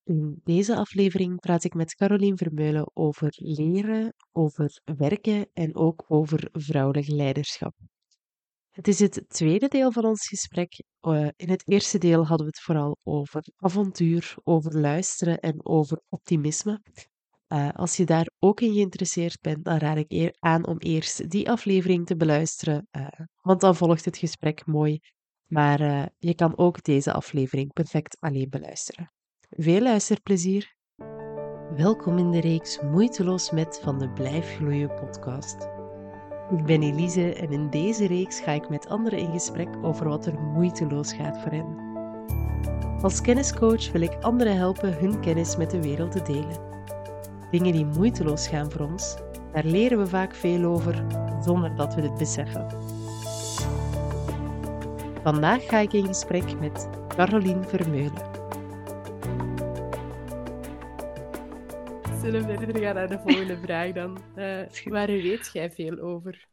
In deze aflevering praat ik met Caroline Vermeulen over leren, over werken en ook over vrouwelijk leiderschap. Het is het tweede deel van ons gesprek. In het eerste deel hadden we het vooral over avontuur, over luisteren en over optimisme. Als je daar ook in geïnteresseerd bent, dan raad ik aan om eerst die aflevering te beluisteren, want dan volgt het gesprek mooi. Maar je kan ook deze aflevering perfect alleen beluisteren. Veel luisterplezier. Welkom in de reeks Moeiteloos met van de Blijf Gloeien podcast. Ik ben Elise en in deze reeks ga ik met anderen in gesprek over wat er moeiteloos gaat voor hen. Als kenniscoach wil ik anderen helpen hun kennis met de wereld te delen. Dingen die moeiteloos gaan voor ons, daar leren we vaak veel over zonder dat we het beseffen. Vandaag ga ik in gesprek met Caroline Vermeulen. Zullen we verder gaan naar de volgende vraag dan? Waar weet jij veel over?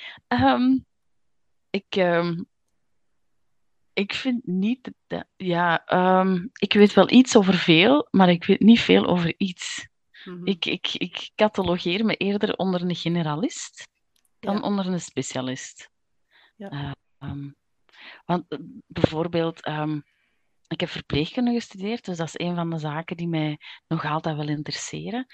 Ik vind niet dat... Ja, ik weet wel iets over veel, maar ik weet niet veel over iets. Mhm. Ik catalogeer me eerder onder een generalist dan Ja. onder een specialist. Ja. Want bijvoorbeeld, ik heb verpleegkunde gestudeerd, dus dat is een van de zaken die mij nog altijd wel interesseren.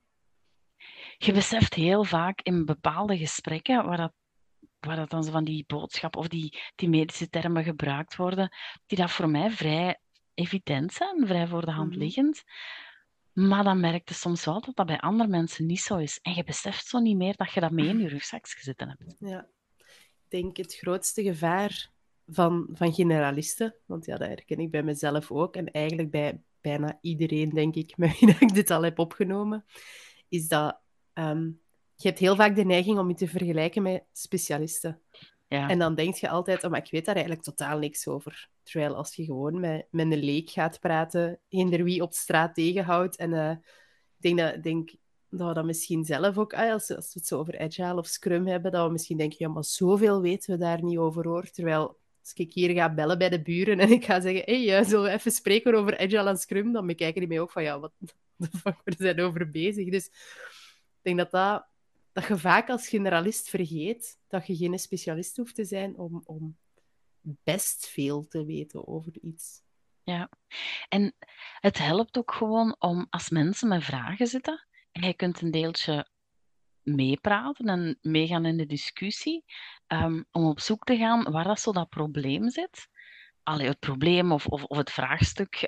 Je beseft heel vaak in bepaalde gesprekken waar dat dan zo van die boodschap of die medische termen gebruikt worden, die dat voor mij vrij evident zijn, vrij voor de hand liggend. Maar dan merk je soms wel dat dat bij andere mensen niet zo is. En je beseft zo niet meer dat je dat mee in je rugzakje zitten hebt. Ja, ik denk het grootste gevaar van generalisten, want ja, dat herken ik bij mezelf ook en eigenlijk bij bijna iedereen, denk ik, met wie ik dit al heb opgenomen, is dat je hebt heel vaak de neiging om je te vergelijken met specialisten. Ja. En dan denk je altijd, oh, maar ik weet daar eigenlijk totaal niks over. Terwijl als je gewoon met een leek gaat praten, eender wie op straat tegenhoudt. En ik denk dat we dat misschien zelf ook, als we het zo over Agile of Scrum hebben, dat we misschien denken, ja, maar zoveel weten we daar niet over, hoor. Terwijl als ik hier ga bellen bij de buren en ik ga zeggen, hey, zullen we even spreken over Agile en Scrum? Dan bekijken die mij ook van, ja, wat de fuck, we zijn over bezig. Dus ik denk dat je vaak als generalist vergeet dat je geen specialist hoeft te zijn om best veel te weten over iets. Ja, en het helpt ook gewoon om als mensen met vragen zitten en je kunt een deeltje meepraten en meegaan in de discussie, om op zoek te gaan waar dat zo dat probleem zit. Allee, het probleem of het vraagstuk.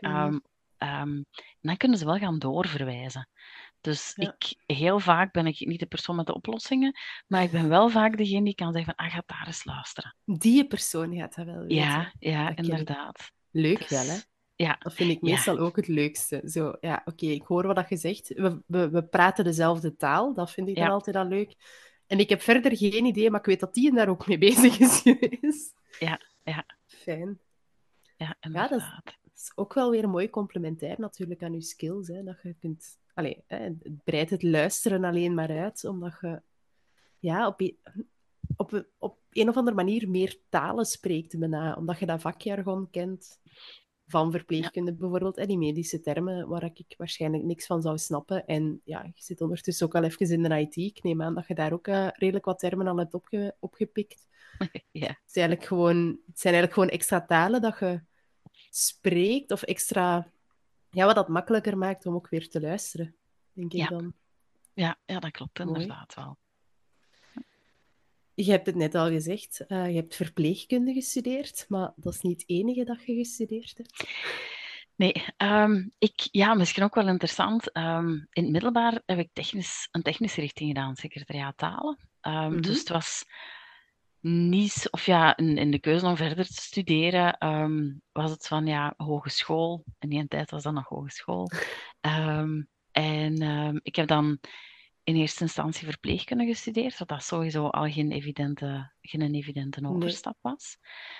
Dan kunnen ze wel gaan doorverwijzen. Dus Ja. heel vaak ben ik niet de persoon met de oplossingen, maar ik ben wel vaak degene die kan zeggen van, ga daar eens luisteren. Die persoon gaat dat wel weten. Ja, Dat ken inderdaad. ik. Leuk Dus, wel, hè? ja, Dat vind ik meestal ook het leukste. Zo, ja, oké, ik hoor wat dat je zegt. We praten dezelfde taal. Dat vind ik dan ja, altijd al leuk. En ik heb verder geen idee, maar ik weet dat die daar ook mee bezig is geweest. ja, Fijn. Ja, inderdaad. dat is ook wel weer mooi complementair natuurlijk aan je skills. Hè, dat je kunt... Allee, het breidt het luisteren alleen maar uit, omdat je ja, op een of andere manier meer talen spreekt bijna, omdat je dat vakjargon kent van verpleegkunde bijvoorbeeld, en die medische termen waar ik waarschijnlijk niks van zou snappen. En ja, je zit ondertussen ook al even in de IT. Ik neem aan dat je daar ook redelijk wat termen al hebt opgepikt. Ja. Het zijn eigenlijk gewoon extra talen dat je spreekt, of extra... Ja, wat dat makkelijker maakt om ook weer te luisteren, denk ik dan. Ja, dat klopt Mooi. inderdaad wel. Je hebt het net al gezegd, je hebt verpleegkunde gestudeerd, maar dat is niet het enige dat je gestudeerd hebt. Nee, misschien ook wel interessant. In het middelbaar heb ik een technische richting gedaan, secretariaat talen. Dus het was niet, in de keuze om verder te studeren, was het van ja, hogeschool. In die tijd was dat nog hogeschool. Ik heb dan in eerste instantie verpleegkunde gestudeerd, wat dat sowieso al geen evidente overstap was.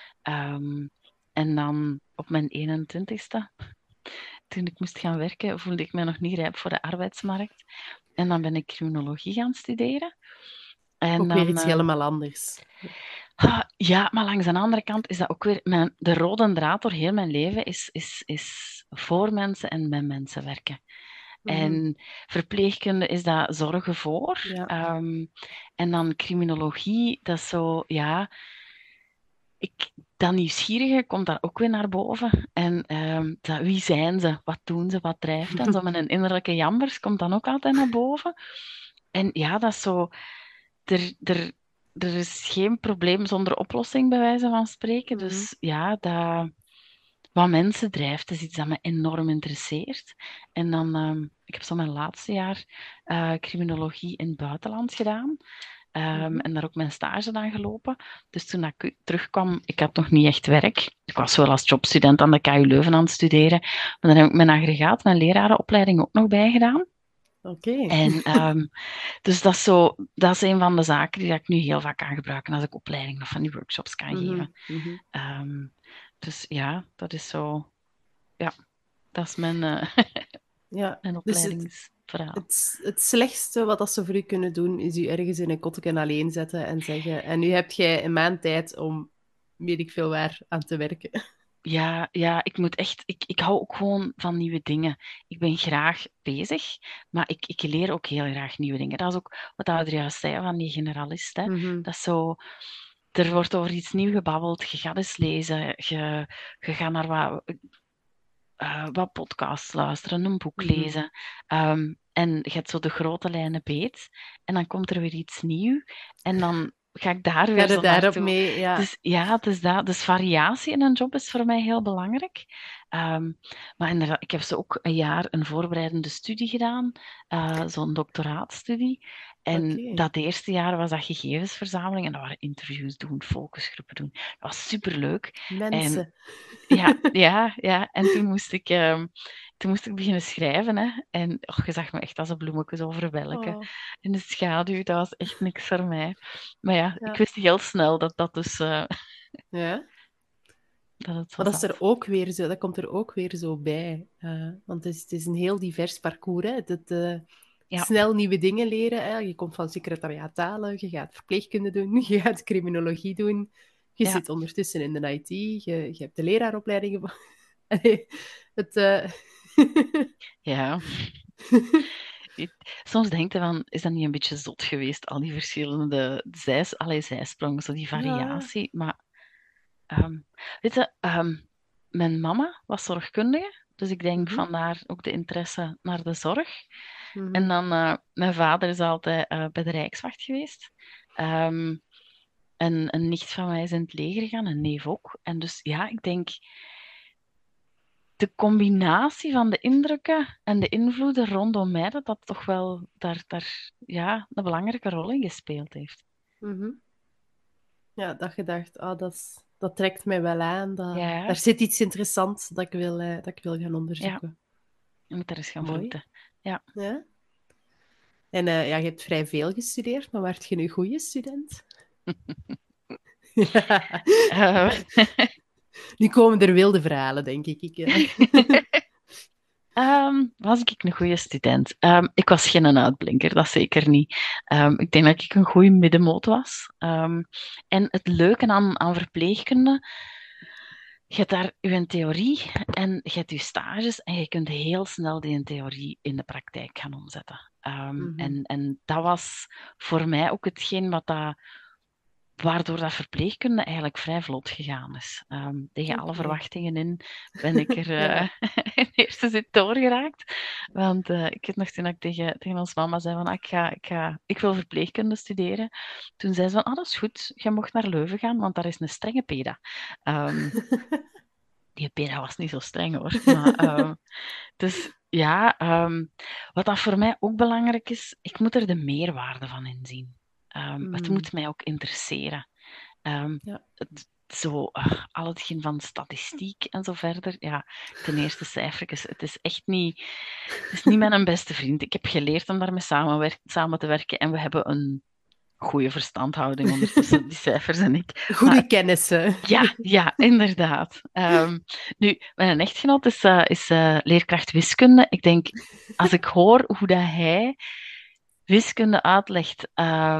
En dan op mijn 21ste, toen ik moest gaan werken, voelde ik me nog niet rijp voor de arbeidsmarkt. En dan ben ik criminologie gaan studeren. En ook dan, weer iets helemaal anders. Ja, maar langs de andere kant is dat ook weer... de rode draad door heel mijn leven is voor mensen en met mensen werken. Mhm. En verpleegkunde is dat zorgen voor. Ja. En dan criminologie, dat is zo, ja... dat nieuwsgierige komt daar ook weer naar boven. En wie zijn ze? Wat doen ze? Wat drijft hen? Zo met een innerlijke jambers komt dan ook altijd naar boven. En ja, dat is zo... Er, er, er is geen probleem zonder oplossing, bij wijze van spreken. Mhm. Dus ja, wat mensen drijft, is iets dat me enorm interesseert. En dan, ik heb zo mijn laatste jaar criminologie in het buitenland gedaan. Mhm. En daar ook mijn stage aan gelopen. Dus toen ik terugkwam, ik had nog niet echt werk. Ik was wel als jobstudent aan de KU Leuven aan het studeren. Maar dan heb ik mijn aggregaat, mijn lerarenopleiding ook nog bijgedaan. Oké. En dus dat is een van de zaken die ik nu heel vaak kan gebruiken als ik opleidingen of van die workshops kan Mhm. geven. Mhm. Ehm, dus ja, dat is zo. Ja, dat is mijn, Ja, mijn dus opleidingsverhaal. het slechtste wat dat ze voor u kunnen doen, is u ergens in een kotteken alleen zetten en zeggen, en nu heb jij een maand tijd om, weet ik veel waar, aan te werken. Ja, ik moet echt, ik hou ook gewoon van nieuwe dingen. Ik ben graag bezig, maar ik leer ook heel graag nieuwe dingen. Dat is ook wat Adriaan zei van die generalist. Hè. Mhm. Dat is zo, er wordt over iets nieuws gebabbeld, je gaat eens lezen, je gaat naar wat podcasts luisteren, een boek Mhm. lezen. En je hebt zo de grote lijnen beet. En dan komt er weer iets nieuws. En dan ga ik daar Ga weer je zo daarop naartoe. mee? Ja. Dus ja, het is dat. Dus variatie in een job is voor mij heel belangrijk. Maar inderdaad, ik heb zo ook een jaar een voorbereidende studie gedaan. Zo'n doctoraatstudie. En Oké. dat eerste jaar was dat gegevensverzameling. En dat waren interviews doen, focusgroepen doen. Dat was superleuk. En Mensen. ja. En toen moest ik beginnen schrijven. Hè. En je zag me echt als een bloemetje overwelken. Oh, In de schaduw, dat was echt niks voor mij. Maar ja, ik ja. wist heel snel dat dat dus Ja. dat het zo Maar dat is er zat. ook weer zo, dat komt er ook weer zo bij. Want het is een heel divers parcours. Hè. Ja, Snel nieuwe dingen leren. Hè. Je komt van secretariaat talen, je gaat verpleegkunde doen, je gaat criminologie doen. Je ja, zit ondertussen in de IT, je hebt de leraaropleidingen. Allee, het, eh, ja. Soms denk je van, is dat niet een beetje zot geweest, al die verschillende zijsprongen, zo die ja. variatie. Maar Ehm, weet je, mijn mama was zorgkundige, dus ik denk Mhm, vandaar ook de interesse naar de zorg. En mhm. dan, mijn vader is altijd bij de Rijkswacht geweest. Ehm, en een nicht van mij is in het leger gegaan, een neef ook. En dus ja, ik denk de combinatie van de indrukken en de invloeden rondom mij, dat dat toch wel daar ja, een belangrijke rol in gespeeld heeft. Mhm. Ja, dat je dacht, dat trekt mij wel aan. Daar Ja, zit iets interessants dat ik wil gaan ja, onderzoeken. je moet er eens gaan Mooi. vroeten. Ja. Ja? En ja, je hebt vrij veel gestudeerd, maar werd je nu goede student? Ja. Eh, Nu komen er wilde verhalen, denk ik. Was ik een goede student? Ik was geen uitblinker, dat zeker niet. Ik denk dat ik een goede middenmoot was. En het leuke aan verpleegkunde, je hebt daar je theorie en je hebt je stages en je kunt heel snel die theorie in de praktijk gaan omzetten. Mhm. En dat was voor mij ook hetgeen waardoor dat verpleegkunde eigenlijk vrij vlot gegaan is. Tegen alle Oké. verwachtingen in ben ik er Ja. in eerste zit doorgeraakt. Want ik weet nog toen ik tegen ons mama zei van ik wil verpleegkunde studeren. Toen zei ze van, dat is goed, je mocht naar Leuven gaan, want daar is een strenge peda. Ehm, die peda was niet zo streng hoor. Maar, dus ja, wat dat voor mij ook belangrijk is, ik moet er de meerwaarde van inzien. Het Mm. moet mij ook interesseren. Ehm, Ja. al hetgeen van statistiek en zo verder. Ja, ten eerste cijfertjes. Het is niet mijn beste vriend. Ik heb geleerd om daarmee samen te werken en we hebben een goede verstandhouding ondertussen, die cijfers en ik. Goede Maar kennissen. ja, inderdaad. Nu, mijn echtgenoot is leerkracht wiskunde. Ik denk, als ik hoor hoe dat hij wiskunde uitlegt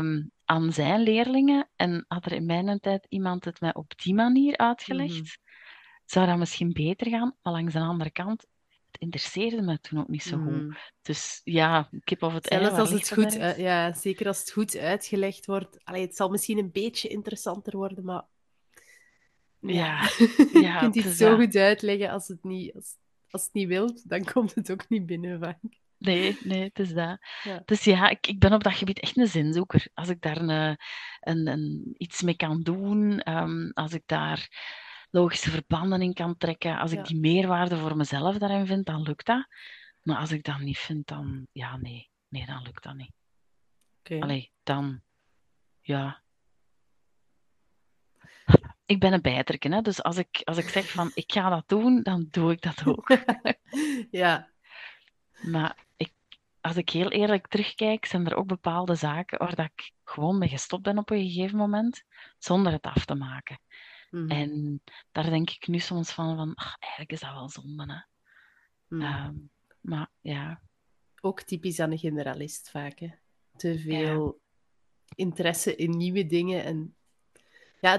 aan zijn leerlingen en had er in mijn tijd iemand het mij op die manier Mhm. uitgelegd, zou dat misschien beter gaan. Maar langs de andere kant, het interesseerde me toen ook niet zo goed. Mhm. Dus ja, kip of het ei, Zelfs waar als het ligt dat goed, ergens? ja, zeker als het goed uitgelegd wordt. Allee, het zal misschien een beetje interessanter worden, maar ja, Ja, je ja, kunt het iets is zo dat. goed uitleggen als het niet wilt, dan komt het ook niet binnen vaak. Nee, nee, het is dat. Ja, Dus ja, ik ben op dat gebied echt een zinzoeker. Als ik daar iets mee kan doen, als ik daar logische verbanden in kan trekken, als ik ja, die meerwaarde voor mezelf daarin vind, dan lukt dat. Maar als ik dat niet vind, dan, ja, nee, nee, dan lukt dat niet. oké. Allee, dan, ja. Ik ben een bijterken, hè. Dus als ik zeg van, ik ga dat doen, dan doe ik dat ook. Ja, Maar als ik heel eerlijk terugkijk, zijn er ook bepaalde zaken waar dat ik gewoon mee gestopt ben op een gegeven moment, zonder het af te maken. mhm, En daar denk ik nu soms van ach, eigenlijk is dat wel zonde, hè. mhm. Ehm, maar ja, Ook typisch aan een generalist vaak, hè. Te ja, veel interesse in nieuwe dingen. En ja,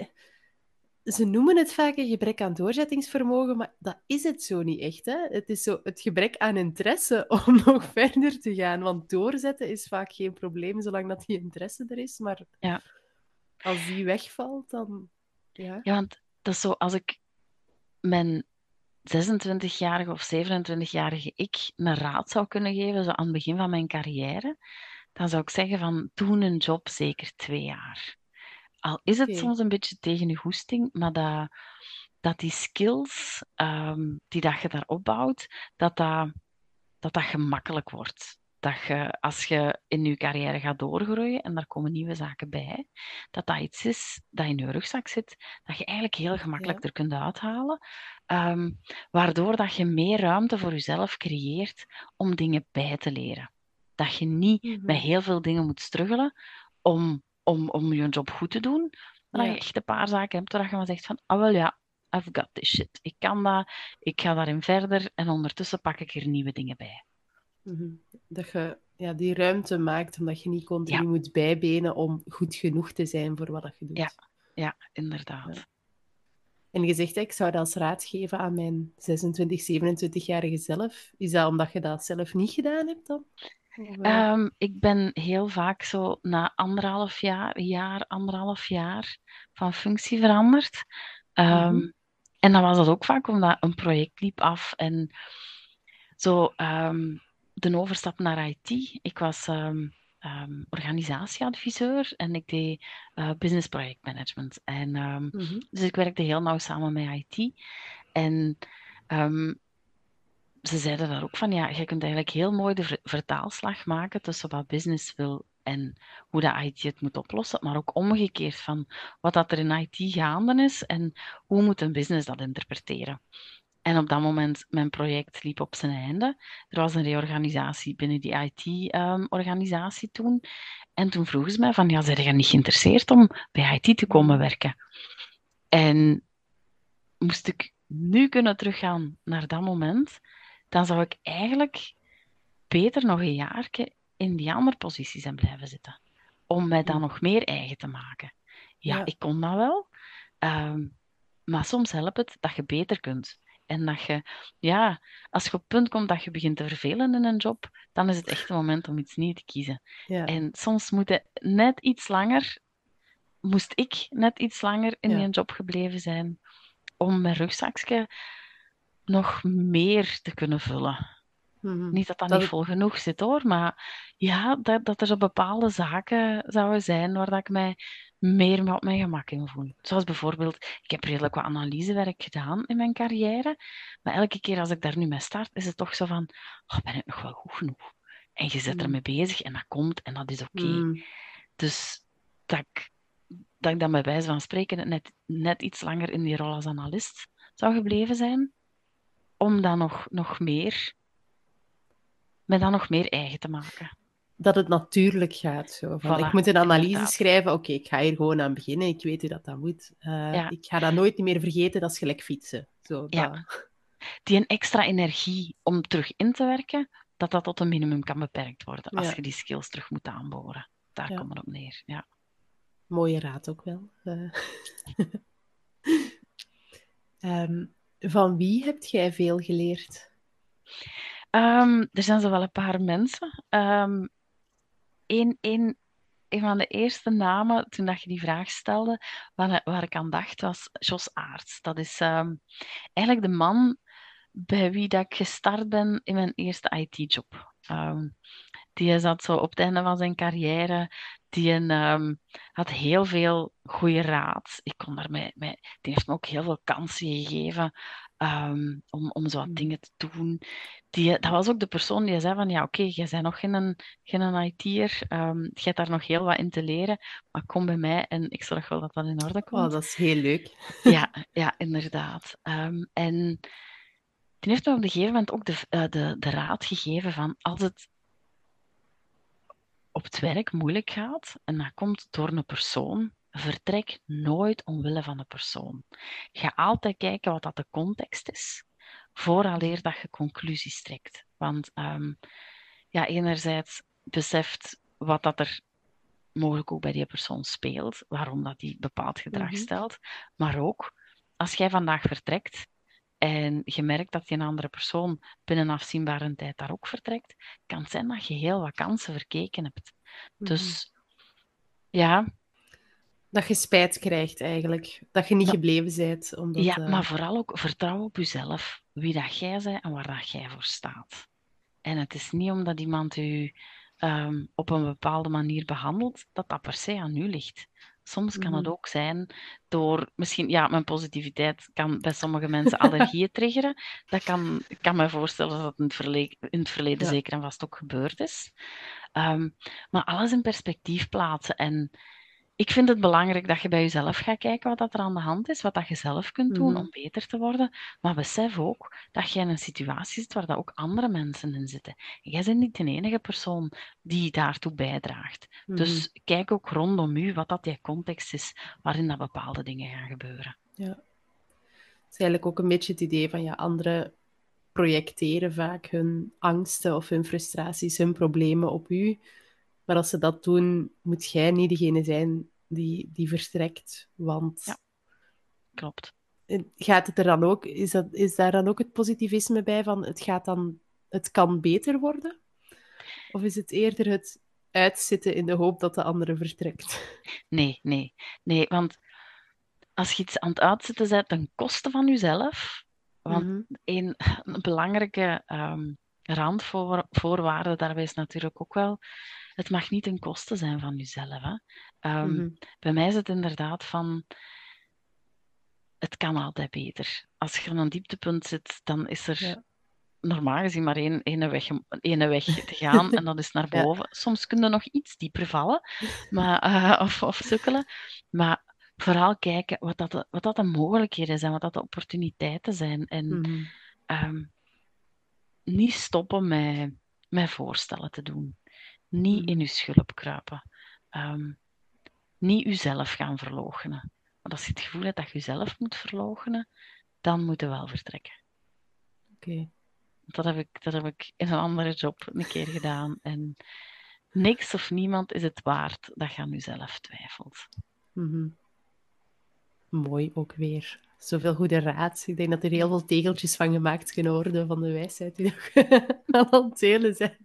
ze noemen het vaak een gebrek aan doorzettingsvermogen, maar dat is het zo niet echt, hè. Het is zo het gebrek aan interesse om nog verder te gaan. Want doorzetten is vaak geen probleem, zolang dat die interesse er is. Maar ja. als die wegvalt, dan... Ja. Ja, want dat is zo, als ik mijn 26-jarige of 27-jarige ik een raad zou kunnen geven, zo aan het begin van mijn carrière, dan zou ik zeggen van, doe een job zeker 2 jaar. Al is het Oké. soms een beetje tegen je goesting, maar dat die skills die dat je daar opbouwt, dat gemakkelijk wordt. Dat je, als je in je carrière gaat doorgroeien en daar komen nieuwe zaken bij, dat iets is dat in je rugzak zit, dat je eigenlijk heel Ja. gemakkelijk er kunt uithalen, ehm, waardoor dat je meer ruimte voor jezelf creëert om dingen bij te leren. Dat je niet met Mhm. heel veel dingen moet struggelen om je job goed te doen, maar dat je Ja. echt een paar zaken hebt waar je maar zegt van, ah wel ja, I've got this shit. Ik kan dat, ik ga daarin verder en ondertussen pak ik er nieuwe dingen bij. Mhm. Dat je ja, die ruimte maakt, omdat je niet Ja, continu moet bijbenen om goed genoeg te zijn voor wat dat je ja, doet. ja, Ja. inderdaad. En je zegt, ik zou dat als raad geven aan mijn 26, 27-jarige zelf. Is dat omdat je dat zelf niet gedaan hebt dan? Of, Ik ben heel vaak zo na anderhalf jaar van functie veranderd. mhm, En dan was dat ook vaak omdat een project liep af en zo de overstap naar IT. Ik was organisatieadviseur en ik deed business projectmanagement. En mhm, dus ik werkte heel nauw samen met IT. En ehm, ze zeiden daar ook van, ja, je kunt eigenlijk heel mooi de vertaalslag maken tussen wat business wil en hoe dat IT het moet oplossen, maar ook omgekeerd van wat dat er in IT gaande is en hoe moet een business dat interpreteren. En op dat moment, mijn project liep op zijn einde. Er was een reorganisatie binnen die IT-organisatie toen. En toen vroegen ze mij van, ja, zijn je niet geïnteresseerd om bij IT te komen mhm. werken? En moest ik nu kunnen teruggaan naar dat moment, dan zou ik eigenlijk beter nog een jaar in die andere positie zijn blijven zitten. Om mij dan Mhm. nog meer eigen te maken. Ja, Ja, ik kon dat wel. ehm, maar soms helpt het dat je beter kunt. En dat je, ja, als je op het punt komt dat je begint te vervelen in een job, dan is het echt een moment om iets nieuws te kiezen. ja, En soms moest ik net iets langer in die ja. job gebleven zijn om mijn rugzakje nog meer te kunnen vullen. Mhm. Niet dat dat Dat niet het, vol genoeg zit hoor, maar ja, dat er zo bepaalde zaken zouden zijn waar dat ik mij meer op mijn gemak in voel. Zoals bijvoorbeeld, ik heb redelijk wat analysewerk gedaan in mijn carrière, maar elke keer als ik daar nu mee start, is het toch zo van, oh, ben ik nog wel goed genoeg? En je zit mhm, ermee bezig en dat komt en dat is oké. mhm. Dus dat ik dan bij wijze van spreken net iets langer in die rol als analist zou gebleven zijn, om dan me dan nog meer eigen te maken. Dat het natuurlijk gaat. Zo. Van, ik Voilà, moet een analyse inderdaad. schrijven. Oké, ik ga hier gewoon aan beginnen. Ik weet hoe dat moet. Ja, Ik ga dat nooit meer vergeten. Dat is gelijk fietsen. Zo, ja. dat. Die een extra energie om terug in te werken, dat tot een minimum kan beperkt worden als Ja. je die skills terug moet aanboren. Daar Ja. komt het op neer, ja. Mooie raad ook wel. Van wie hebt jij veel geleerd? Er zijn zo wel een paar mensen. Een van de eerste namen, toen dat je die vraag stelde, waar ik aan dacht, was Jos Aarts. Dat is eigenlijk de man bij wie dat ik gestart ben in mijn eerste IT-job. Die zat zo op het einde van zijn carrière. Had heel veel goede raad. Ik kon die heeft me ook heel veel kansen gegeven om zo wat Mhm. dingen te doen. Dat was ook de persoon die zei van, ja, oké, jij bent nog geen IT'er. Je hebt daar nog heel wat in te leren. Maar kom bij mij en ik zorg wel dat dat in orde Oh, komt. dat is heel leuk. Ja, ja, inderdaad. En die heeft me op een gegeven moment ook de raad gegeven van, als het op het werk moeilijk gaat, en dat komt door een persoon, vertrek nooit omwille van de persoon. Ga altijd kijken wat dat de context is, vooraleer dat je conclusies trekt. Want ja, enerzijds beseft wat dat er mogelijk ook bij die persoon speelt, waarom dat die bepaald gedrag Mhm. stelt, maar ook als jij vandaag vertrekt en je merkt dat die een andere persoon binnen afzienbare tijd daar ook vertrekt, kan het zijn dat je heel wat kansen verkeken hebt. Mhm. Dus ja, Dat je spijt krijgt eigenlijk. Dat je niet maar, gebleven bent, omdat... ja, maar vooral ook vertrouw op jezelf, wie dat jij bent en waar dat jij voor staat. En het is niet omdat iemand u op een bepaalde manier behandelt, dat dat per se aan u ligt. Soms kan het Mhm. ook zijn door, misschien, ja, mijn positiviteit kan bij sommige mensen allergieën triggeren. Ik kan me voorstellen dat dat in het verleden Ja. zeker en vast ook gebeurd is. Ehm, maar alles in perspectief plaatsen. En ik vind het belangrijk dat je bij jezelf gaat kijken wat dat er aan de hand is, wat dat je zelf kunt doen Mhm. om beter te worden. Maar besef ook dat je in een situatie zit waar dat ook andere mensen in zitten. En jij bent niet de enige persoon die daartoe bijdraagt. Mhm. Dus kijk ook rondom u wat dat die context is waarin dat bepaalde dingen gaan gebeuren. Ja. Het is eigenlijk ook een beetje het idee van, ja, anderen projecteren vaak hun angsten of hun frustraties, hun problemen op u. Maar als ze dat doen, moet jij niet degene zijn die verstrekt. Ja, Want klopt. gaat het er dan ook, is daar dan ook het positivisme bij van het kan beter worden? Of is het eerder het uitzitten in de hoop dat de andere vertrekt? Nee, nee, nee, want als je iets aan het uitzetten bent ten koste van jezelf, want Mhm. een belangrijke randvoorwaarde daarbij is natuurlijk ook wel, het mag niet ten koste zijn van jezelf. Hè. Mhm. Bij mij is het inderdaad van, het kan altijd beter. Als je aan een dieptepunt zit, dan is er Ja. normaal gezien maar één weg te gaan en dat is naar Ja. boven. Soms kun je nog iets dieper vallen maar, of sukkelen, maar vooral kijken wat dat de mogelijkheden zijn, wat dat de opportuniteiten zijn en Mhm. ehm, niet stoppen met voorstellen te doen. Niet in Mhm. je schulp kruipen. Ehm, niet jezelf gaan verloochenen. Want als je het gevoel hebt dat je jezelf moet verloochenen, dan moet je wel vertrekken. Oké. Dat heb ik in een andere job een keer gedaan. En niks of niemand is het waard dat je aan jezelf twijfelt. Mhm. Mooi ook weer. Zoveel goede raad. Ik denk dat er heel veel tegeltjes van gemaakt kunnen worden van de wijsheid die je aan het delen bent.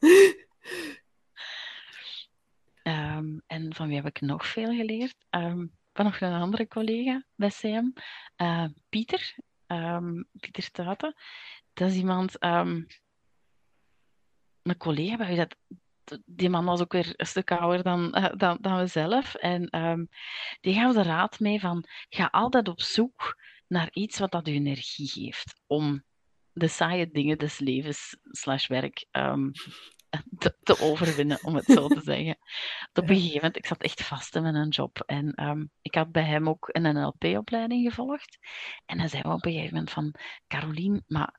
En van wie heb ik nog veel geleerd? Van nog een andere collega bij CM, Pieter. Pieter Tuiten. Dat is iemand, een collega bij wie die man was ook weer een stuk ouder dan we zelf. En die gaf de raad mee van, ga altijd op zoek naar iets wat dat je energie geeft om de saaie dingen des levens slash werk te overwinnen, om het zo te zeggen. Op een Ja. gegeven moment, ik zat echt vast in mijn job en ik had bij hem ook een NLP-opleiding gevolgd. En hij zei op een gegeven moment van, Carolien, maar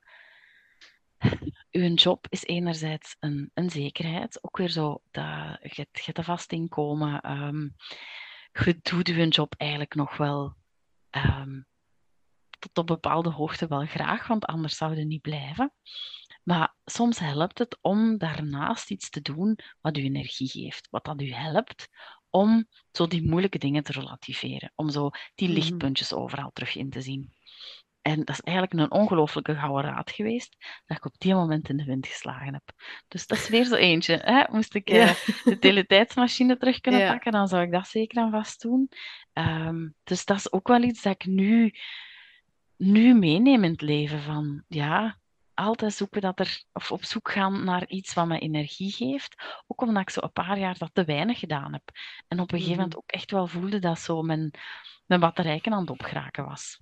uw job is enerzijds een zekerheid, ook weer zo, je hebt een vast inkomen, je doet uw job eigenlijk nog wel tot op bepaalde hoogte wel graag, want anders zouden we niet blijven. Maar soms helpt het om daarnaast iets te doen wat u energie geeft, wat dat u helpt om zo die moeilijke dingen te relativeren, om zo die lichtpuntjes overal terug in te zien. En dat is eigenlijk een ongelooflijke gouden raad geweest, dat ik op die moment in de wind geslagen heb. Dus dat is weer zo eentje. Hè? Moest ik de teletijdsmachine terug kunnen pakken, dan zou ik dat zeker en vast doen. Dus dat is ook wel iets dat ik nu meeneem in het leven. Van, ja, altijd zoeken of op zoek gaan naar iets wat me energie geeft. Ook omdat ik zo een paar jaar dat te weinig gedaan heb. En op een gegeven moment ook echt wel voelde dat zo mijn batterijken aan het opgeraken was.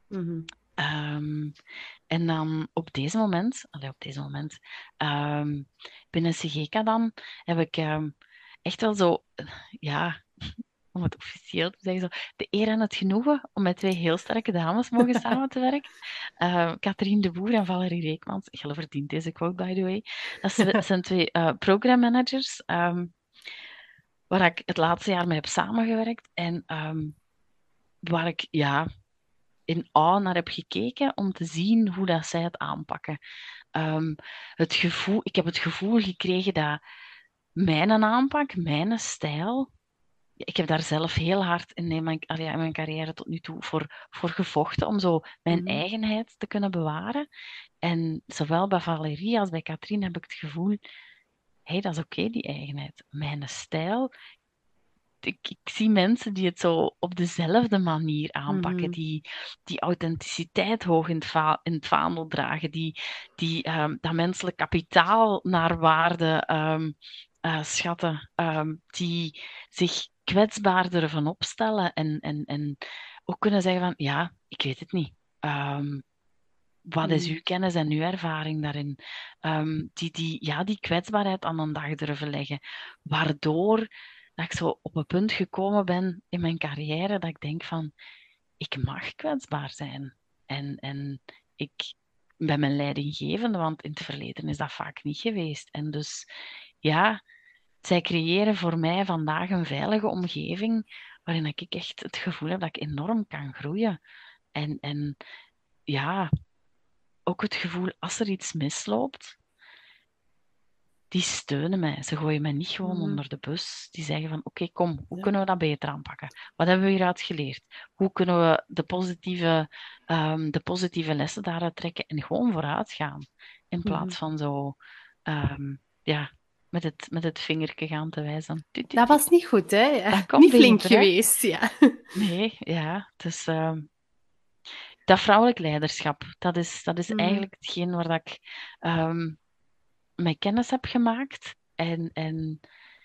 En dan op deze moment, binnen Sigeka dan, heb ik echt wel zo, ja, om het officieel te zeggen, zo, de eer en het genoegen om met twee heel sterke dames mogen samen te werken. Katrien de Boer en Valerie Reekmans. Gelle verdient deze quote, by the way. Dat zijn twee programmanagers waar ik het laatste jaar mee heb samengewerkt en waar ik in awe naar heb gekeken om te zien hoe dat zij het aanpakken. Ik heb het gevoel gekregen dat mijn aanpak, mijn stijl, ik heb daar zelf heel hard in mijn carrière tot nu toe voor gevochten om zo mijn eigenheid te kunnen bewaren. En zowel bij Valerie als bij Katrien heb ik het gevoel, hey, dat is oké, die eigenheid. Mijn stijl, ik zie mensen die het zo op dezelfde manier aanpakken, die authenticiteit hoog in het vaandel dragen, dat menselijk kapitaal naar waarde schatten, die zich kwetsbaar durven opstellen en ook kunnen zeggen van, ja, ik weet het niet. Wat is uw kennis en uw ervaring daarin? Die kwetsbaarheid aan een dag durven leggen, waardoor dat ik zo op een punt gekomen ben in mijn carrière dat ik denk van, ik mag kwetsbaar zijn. En ik ben mijn leidinggevende, want in het verleden is dat vaak niet geweest. En dus, ja, zij creëren voor mij vandaag een veilige omgeving waarin ik echt het gevoel heb dat ik enorm kan groeien. En ja, ook het gevoel, als er iets misloopt, die steunen mij. Ze gooien mij niet gewoon onder de bus. Die zeggen van, oké, kom, hoe kunnen we dat beter aanpakken? Wat hebben we hieruit geleerd? Hoe kunnen we de positieve lessen daaruit trekken en gewoon vooruit gaan? In plaats van zo, met het vingertje gaan te wijzen. Dat was niet goed, hè? Dat kan niet beter, flink hè? geweest, ja. Nee, ja. Dus dat vrouwelijk leiderschap, dat is eigenlijk hetgeen waar dat ik mijn kennis heb gemaakt. En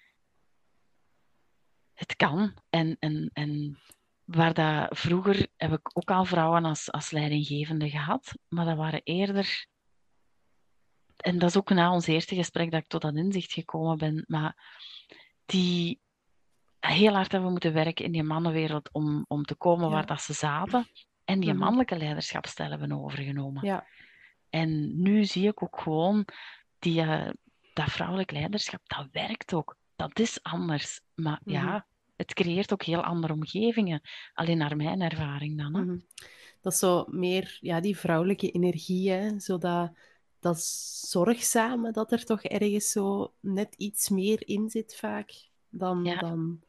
het kan. En waar dat, vroeger heb ik ook al vrouwen als leidinggevende gehad, maar dat waren eerder... En dat is ook na ons eerste gesprek dat ik tot dat inzicht gekomen ben, maar die heel hard hebben moeten werken in die mannenwereld om te komen waar dat ze zaten en die mannelijke leiderschapsstijl hebben overgenomen. Ja. En nu zie ik ook gewoon dat vrouwelijk leiderschap, dat werkt ook. Dat is anders. Maar ja, het creëert ook heel andere omgevingen. Alleen naar mijn ervaring dan. Hè? Dat is zo meer die vrouwelijke energie, hè? Zo dat zorgzame, dat er toch ergens zo net iets meer in zit vaak dan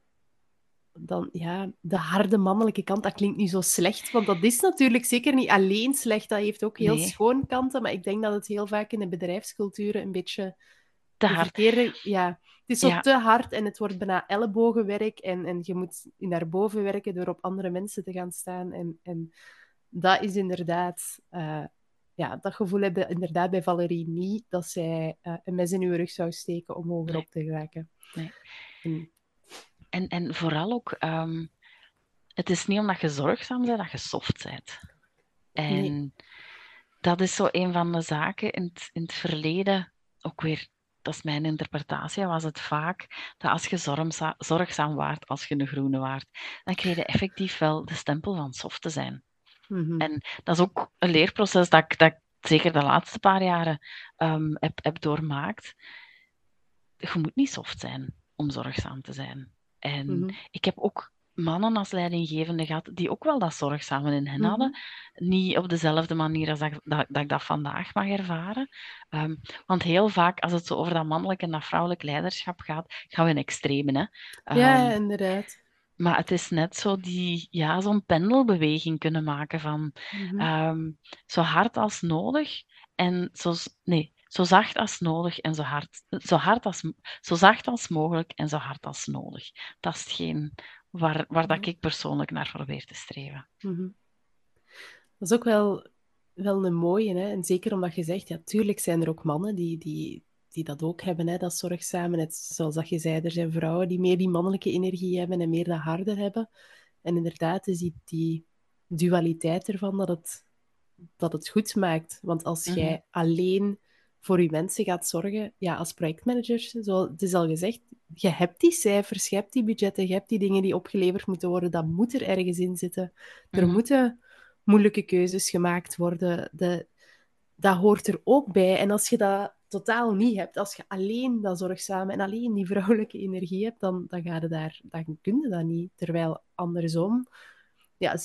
de harde mannelijke kant. Dat klinkt nu zo slecht, want dat is natuurlijk zeker niet alleen slecht. Dat heeft ook heel schoon kanten, maar ik denk dat het heel vaak in de bedrijfsculturen een beetje te hard. Het is zo te hard en het wordt bijna ellebogenwerk en je moet naar boven werken door op andere mensen te gaan staan. En dat is inderdaad... dat gevoel heb je inderdaad bij Valerie niet, dat zij een mes in uw rug zou steken om hogerop te geraken. Nee. En vooral ook, het is niet omdat je zorgzaam bent dat je soft bent. En dat is zo een van de zaken in het verleden, ook weer, dat is mijn interpretatie, was het vaak dat als je zorgzaam waart, als je een groene waart, dan kreeg je effectief wel de stempel van soft te zijn. En dat is ook een leerproces dat ik zeker de laatste paar jaren heb doormaakt. Je moet niet soft zijn om zorgzaam te zijn. En ik heb ook mannen als leidinggevende gehad die ook wel dat zorgzame in hen hadden. Niet op dezelfde manier als dat ik dat vandaag mag ervaren. Want heel vaak, als het zo over dat mannelijk en dat vrouwelijk leiderschap gaat, gaan we in extremen. Hè? Ja, inderdaad. Maar het is net zo zo'n pendelbeweging kunnen maken van zo hard als nodig en zo zacht als nodig en zo zacht als mogelijk en zo hard als nodig. Dat is hetgeen waar dat ik persoonlijk naar probeer te streven. Dat is ook wel een mooie, hè? En zeker omdat je zegt, ja, tuurlijk zijn er ook mannen die dat ook hebben, hè? Dat zorgzame. Net zoals dat je zei, er zijn vrouwen die meer die mannelijke energie hebben en meer dat harde hebben. En inderdaad is die dualiteit ervan dat het goed maakt. Want als jij alleen voor je mensen gaat zorgen, ja, als projectmanager, zo, het is al gezegd, je hebt die cijfers, je hebt die budgetten, je hebt die dingen die opgeleverd moeten worden, dat moet er ergens in zitten. Er moeten moeilijke keuzes gemaakt worden. Dat hoort er ook bij. En als je dat totaal niet hebt, als je alleen dat zorgzame en alleen die vrouwelijke energie hebt, dan dan kun je dat niet. Terwijl andersom, ja,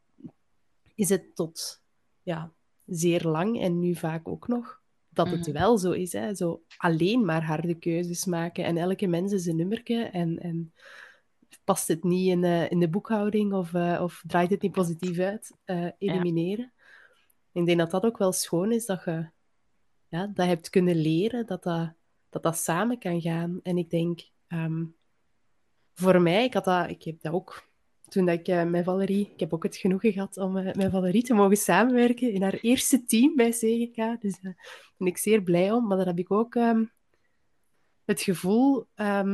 is het tot zeer lang en nu vaak ook nog dat het wel zo is. Hè? Zo alleen maar harde keuzes maken en elke mens is een nummerke en past het niet in de boekhouding of draait het niet positief uit, elimineren. Ik denk dat dat ook wel schoon is, dat je dat hebt kunnen leren, dat samen kan gaan. En ik denk, voor mij, ik heb dat ook toen dat ik met Valerie, ik heb ook het genoegen gehad om met Valerie te mogen samenwerken in haar eerste team bij CGK. Dus daar ben ik zeer blij om. Maar dan heb ik ook het gevoel,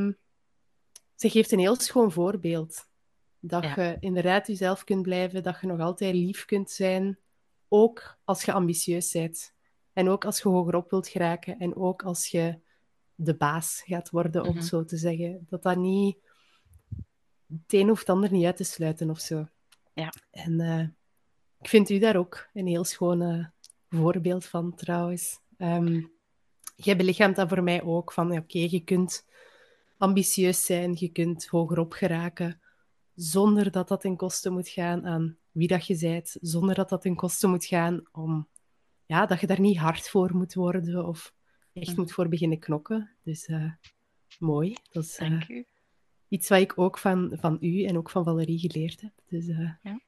ze geeft een heel schoon voorbeeld. Dat je inderdaad jezelf kunt blijven, dat je nog altijd lief kunt zijn, ook als je ambitieus bent. En ook als je hogerop wilt geraken. En ook als je de baas gaat worden, om het zo te zeggen. Dat niet... Het een hoeft het ander niet uit te sluiten of zo. Ja. En ik vind u daar ook een heel schoon voorbeeld van, trouwens. Jij belichaamt dat voor mij ook. Van, oké, je kunt ambitieus zijn, je kunt hogerop geraken, zonder dat dat ten koste moet gaan aan wie dat je bent, zonder dat dat ten koste moet gaan om... Ja, dat je daar niet hard voor moet worden of echt moet voor beginnen knokken. Dus mooi. Dat is Dank u. iets wat ik ook van u en ook van Valerie geleerd heb. Dus, ja.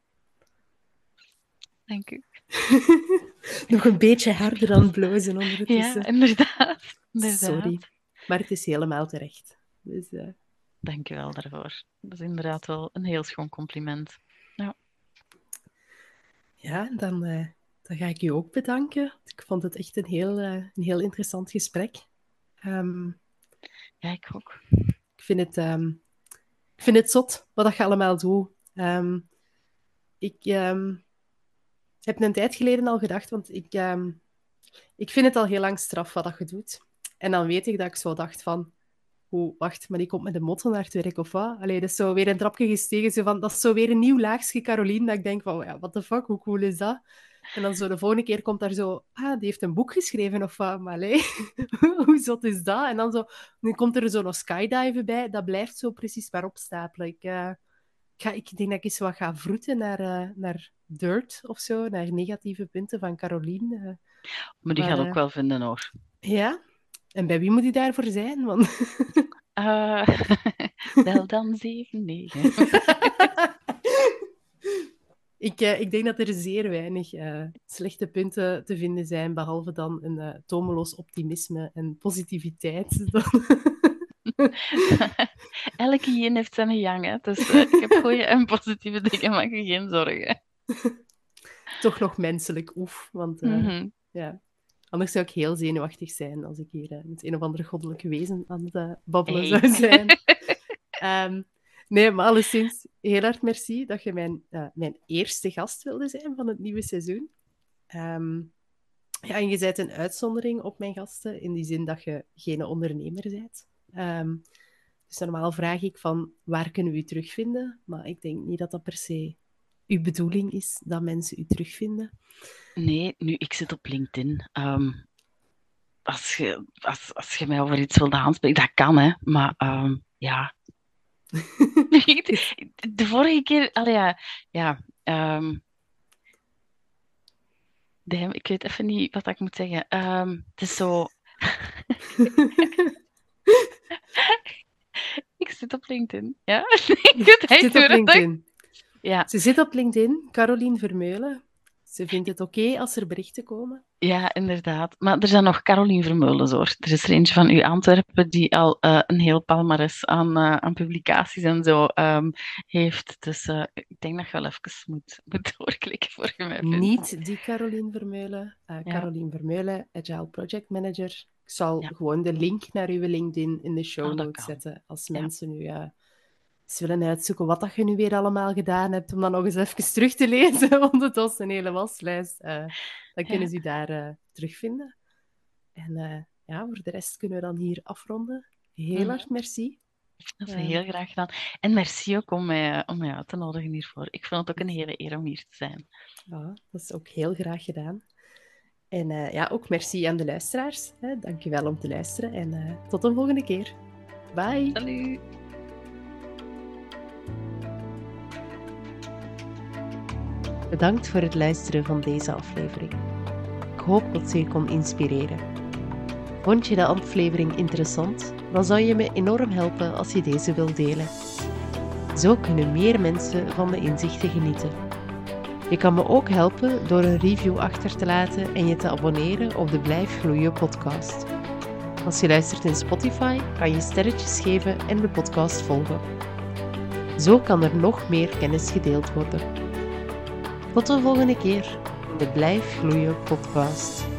Dank u. Nog een beetje harder dan blozen ondertussen. Ja, inderdaad. Sorry, maar het is helemaal terecht. Dus, dank u wel daarvoor. Dat is inderdaad wel een heel schoon compliment. Ja, ja, dan ga ik u ook bedanken. Ik vond het echt een heel interessant gesprek. ja, ik ook. Ik vind het zot wat je allemaal doet. Ik heb een tijd geleden al gedacht, want ik vind het al heel lang straf wat je doet. En dan weet ik dat ik zo dacht van, wacht, maar die komt met de motto naar het werk of wat? Allee, dat is zo weer een trapje gestegen. Zo van, dat is zo weer een nieuw laagje Caroline, dat ik denk van, ja, what the fuck, hoe cool is dat? En dan zo de volgende keer komt daar zo, die heeft een boek geschreven of wat, maar allee, hoe zot is dat? En dan nu komt er zo nog skydiven bij, dat blijft zo precies maar opstapelen. Ik denk dat ik eens wat ga vroeten naar dirt of zo, naar negatieve punten van Caroline. Maar die gaat ook wel vinden, hoor. Ja? En bij wie moet hij daarvoor zijn? Want... wel dan 7, 9. Ik denk dat er zeer weinig slechte punten te vinden zijn, behalve dan een tomeloos optimisme en positiviteit. Elke yin heeft zijn yang, hè. Dus ik heb goede en positieve dingen, maak je geen zorgen. Toch nog menselijk, want ja. Anders zou ik heel zenuwachtig zijn als ik hier met een of andere goddelijke wezen aan het babbelen zou zijn. Nee, maar alleszins, heel hard merci dat je mijn eerste gast wilde zijn van het nieuwe seizoen. Ja, en je bent een uitzondering op mijn gasten, in die zin dat je geen ondernemer bent. Dus normaal vraag ik van, waar kunnen we u terugvinden? Maar ik denk niet dat dat per se uw bedoeling is, dat mensen u terugvinden. Nee, nu, ik zit op LinkedIn. Als je mij over iets wilt aanspreken, dat kan, hè. Maar ja, De vorige keer... ik weet even niet wat ik moet zeggen. Het is zo... Ik zit op LinkedIn. Ja? Zit op LinkedIn. Ja. Ze zit op LinkedIn, Carolien Vermeulen. Ze vindt het oké als er berichten komen. Ja, inderdaad. Maar er zijn nog Carolien Vermeulen, hoor. Er is er eentje van u Antwerpen die al een heel palmares aan publicaties en zo heeft. Dus ik denk dat je wel even moet doorklikken voor je mij vindt. Niet die Carolien Vermeulen. Carolien Vermeulen, Agile Project Manager. Ik zal gewoon de link naar uw LinkedIn in de show notes zetten. Als mensen nu eens willen uitzoeken wat dat je nu weer allemaal gedaan hebt, om dan nog eens even terug te lezen, want het was een hele waslijst. Dan kunnen ze u daar terugvinden. En voor de rest kunnen we dan hier afronden. Heel erg merci. Dat is heel graag gedaan. En merci ook om mij uit te nodigen hiervoor. Ik vond het ook een hele eer om hier te zijn. Ja, dat is ook heel graag gedaan. En ook merci aan de luisteraars. Dankjewel om te luisteren en tot een volgende keer. Bye. Salut. Bedankt voor het luisteren van deze aflevering. Ik hoop dat ze je kon inspireren. Vond je de aflevering interessant? Dan zou je me enorm helpen als je deze wilt delen. Zo kunnen meer mensen van de inzichten genieten. Je kan me ook helpen door een review achter te laten en je te abonneren op de Blijf Gloeien podcast. Als je luistert in Spotify, kan je sterretjes geven en de podcast volgen. Zo kan er nog meer kennis gedeeld worden. Tot de volgende keer in de Blijf Gloeien podcast.